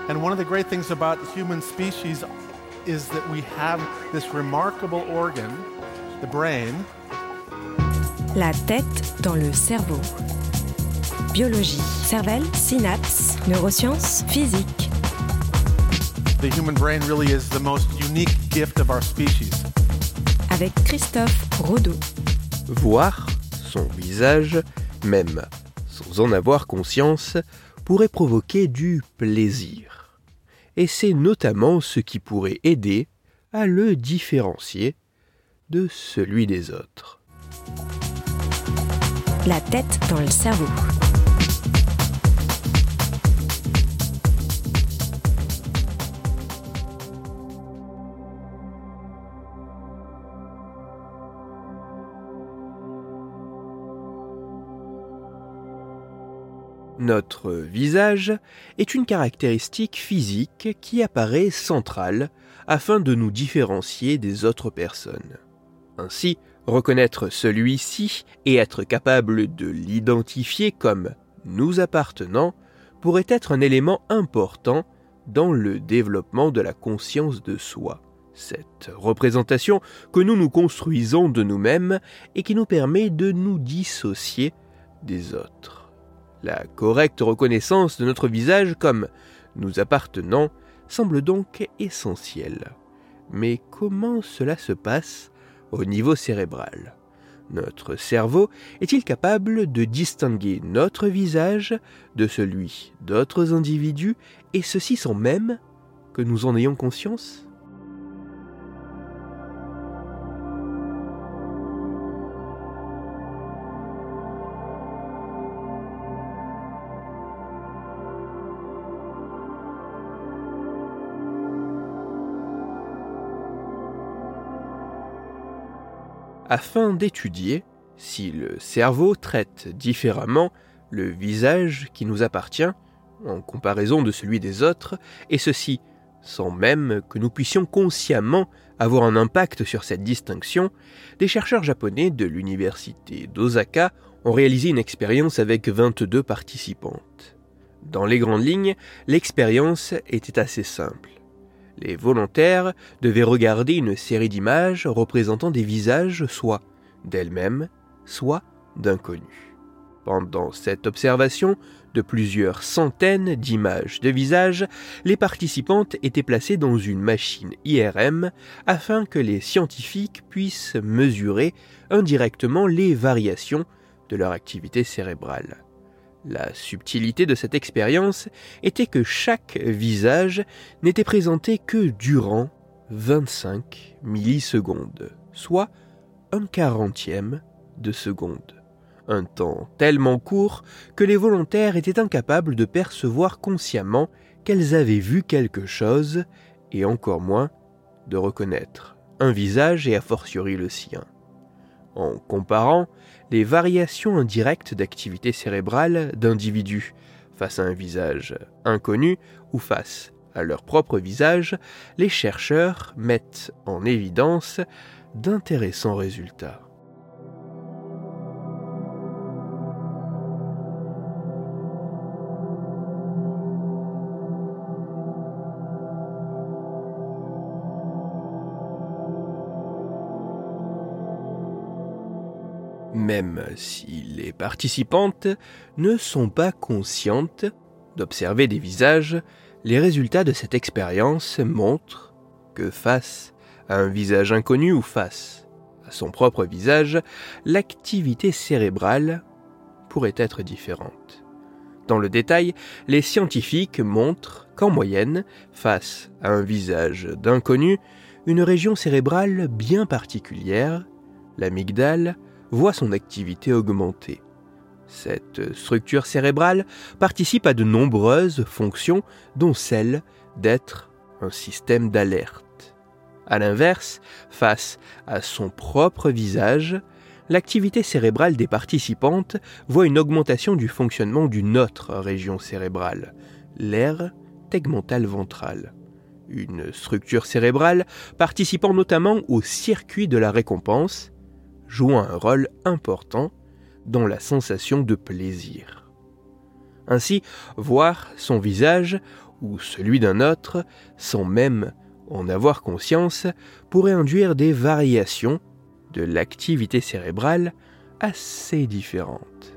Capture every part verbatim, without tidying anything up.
And one of the great things about the human species is that we have this remarkable organ, the brain. La tête dans le cerveau. Biologie, cervelle, synapses, neurosciences, physique. The human brain really is the most unique gift of our species. Avec Christophe Rodeau. Voir son visage, même sans en avoir conscience, pourrait provoquer du plaisir. Et c'est notamment ce qui pourrait aider à le différencier de celui des autres. La tête dans le cerveau. Notre visage est une caractéristique physique qui apparaît centrale afin de nous différencier des autres personnes. Ainsi, reconnaître celui-ci et être capable de l'identifier comme nous appartenant pourrait être un élément important dans le développement de la conscience de soi. Cette représentation que nous nous construisons de nous-mêmes et qui nous permet de nous dissocier des autres. La correcte reconnaissance de notre visage comme nous appartenant semble donc essentielle. Mais comment cela se passe au niveau cérébral ? Notre cerveau est-il capable de distinguer notre visage de celui d'autres individus, et ceci sans même que nous en ayons conscience ? Afin d'étudier si le cerveau traite différemment le visage qui nous appartient en comparaison de celui des autres, et ceci sans même que nous puissions consciemment avoir un impact sur cette distinction, des chercheurs japonais de l'université d'Osaka ont réalisé une expérience avec vingt-deux participantes. Dans les grandes lignes, l'expérience était assez simple. Les volontaires devaient regarder une série d'images représentant des visages soit d'elles-mêmes, soit d'inconnus. Pendant cette observation de plusieurs centaines d'images de visages, les participantes étaient placées dans une machine I R M afin que les scientifiques puissent mesurer indirectement les variations de leur activité cérébrale. La subtilité de cette expérience était que chaque visage n'était présenté que durant vingt-cinq millisecondes, soit un quarantième de seconde. Un temps tellement court que les volontaires étaient incapables de percevoir consciemment qu'elles avaient vu quelque chose, et encore moins de reconnaître un visage et a fortiori le sien. En comparant les variations indirectes d'activité cérébrale d'individus face à un visage inconnu ou face à leur propre visage, les chercheurs mettent en évidence d'intéressants résultats. Même si les participantes ne sont pas conscientes d'observer des visages, les résultats de cette expérience montrent que face à un visage inconnu ou face à son propre visage, l'activité cérébrale pourrait être différente. Dans le détail, les scientifiques montrent qu'en moyenne, face à un visage d'inconnu, une région cérébrale bien particulière, l'amygdale, voit son activité augmenter. Cette structure cérébrale participe à de nombreuses fonctions, dont celle d'être un système d'alerte. À l'inverse, face à son propre visage, l'activité cérébrale des participantes voit une augmentation du fonctionnement d'une autre région cérébrale, l'aire tegmentale ventrale. Une structure cérébrale participant notamment au circuit de la récompense, jouant un rôle important dans la sensation de plaisir. Ainsi, voir son visage ou celui d'un autre, sans même en avoir conscience, pourrait induire des variations de l'activité cérébrale assez différentes.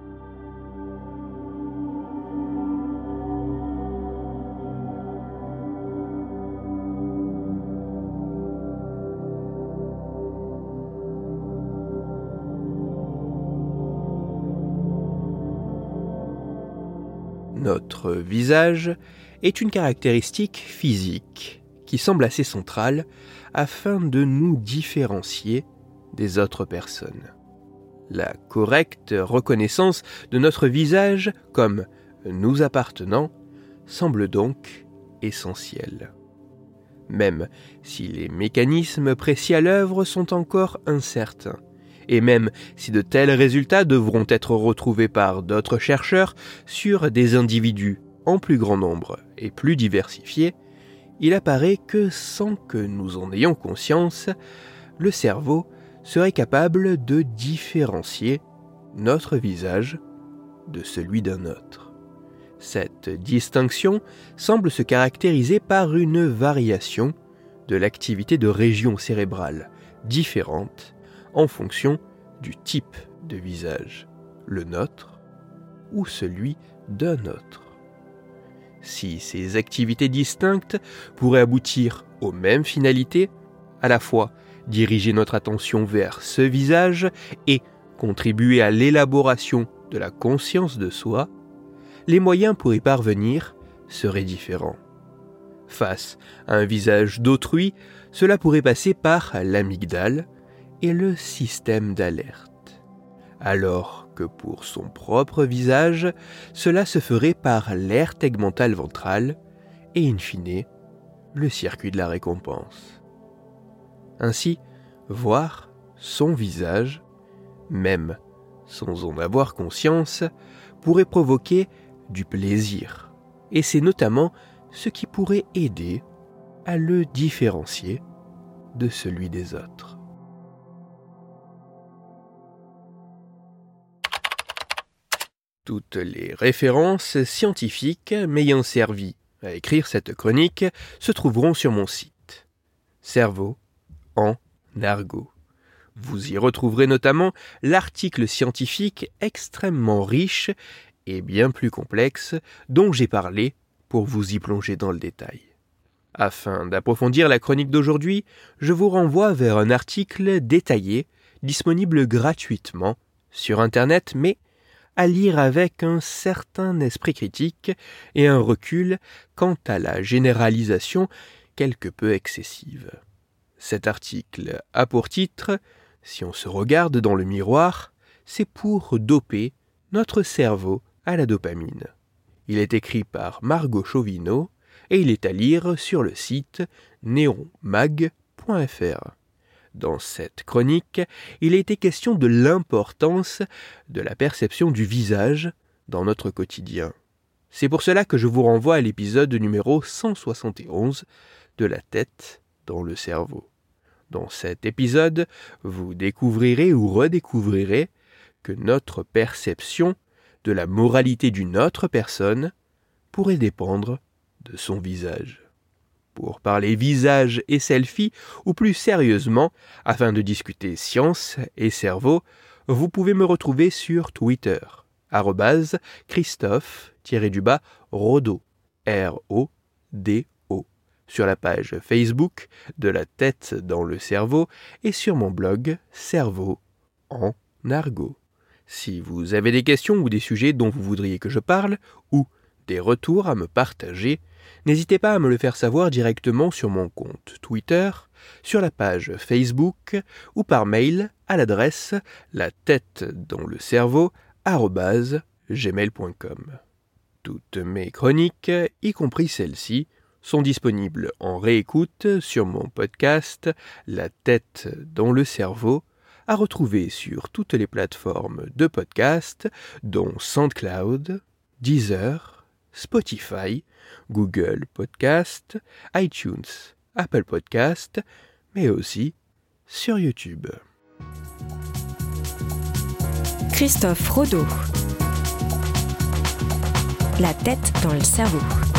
Notre visage est une caractéristique physique qui semble assez centrale afin de nous différencier des autres personnes. La correcte reconnaissance de notre visage comme nous appartenant semble donc essentielle. Même si les mécanismes précis à l'œuvre sont encore incertains, et même si de tels résultats devront être retrouvés par d'autres chercheurs sur des individus en plus grand nombre et plus diversifiés, il apparaît que sans que nous en ayons conscience, le cerveau serait capable de différencier notre visage de celui d'un autre. Cette distinction semble se caractériser par une variation de l'activité de régions cérébrales différentes en fonction du type de visage, le nôtre ou celui d'un autre. Si ces activités distinctes pourraient aboutir aux mêmes finalités, à la fois diriger notre attention vers ce visage et contribuer à l'élaboration de la conscience de soi, les moyens pour y parvenir seraient différents. Face à un visage d'autrui, cela pourrait passer par l'amygdale et le système d'alerte, alors que pour son propre visage, cela se ferait par l'aire tegmentale ventrale et, in fine, le circuit de la récompense. Ainsi, voir son visage, même sans en avoir conscience, pourrait provoquer du plaisir, et c'est notamment ce qui pourrait aider à le différencier de celui des autres. Toutes les références scientifiques m'ayant servi à écrire cette chronique se trouveront sur mon site. Cerveau en argot. Vous y retrouverez notamment l'article scientifique extrêmement riche et bien plus complexe dont j'ai parlé pour vous y plonger dans le détail. Afin d'approfondir la chronique d'aujourd'hui, je vous renvoie vers un article détaillé disponible gratuitement sur Internet, mais à lire avec un certain esprit critique et un recul quant à la généralisation quelque peu excessive. Cet article a pour titre « Si on se regarde dans le miroir, c'est pour doper notre cerveau à la dopamine ». Il est écrit par Margot Chauvineau et il est à lire sur le site néon mag point f r. Dans cette chronique, il a été question de l'importance de la perception du visage dans notre quotidien. C'est pour cela que je vous renvoie à l'épisode numéro cent soixante et onze de La tête dans le cerveau. Dans cet épisode, vous découvrirez ou redécouvrirez que notre perception de la moralité d'une autre personne pourrait dépendre de son visage. Pour parler visage et selfie, ou plus sérieusement, afin de discuter science et cerveau, vous pouvez me retrouver sur Twitter, arobase Christophe-Rodo, R O D O, sur la page Facebook de La tête dans le cerveau et sur mon blog Cerveau en argot. Si vous avez des questions ou des sujets dont vous voudriez que je parle, ou des retours à me partager, n'hésitez pas à me le faire savoir directement sur mon compte Twitter, sur la page Facebook ou par mail à l'adresse la tête dans le cerveau arobase gmail point com. Toutes mes chroniques, y compris celle-ci, sont disponibles en réécoute sur mon podcast La tête dans le cerveau, à retrouver sur toutes les plateformes de podcast, dont SoundCloud, Deezer, Spotify, Google Podcast, iTunes, Apple Podcast, mais aussi sur YouTube. Christophe Rodo. La tête dans le cerveau.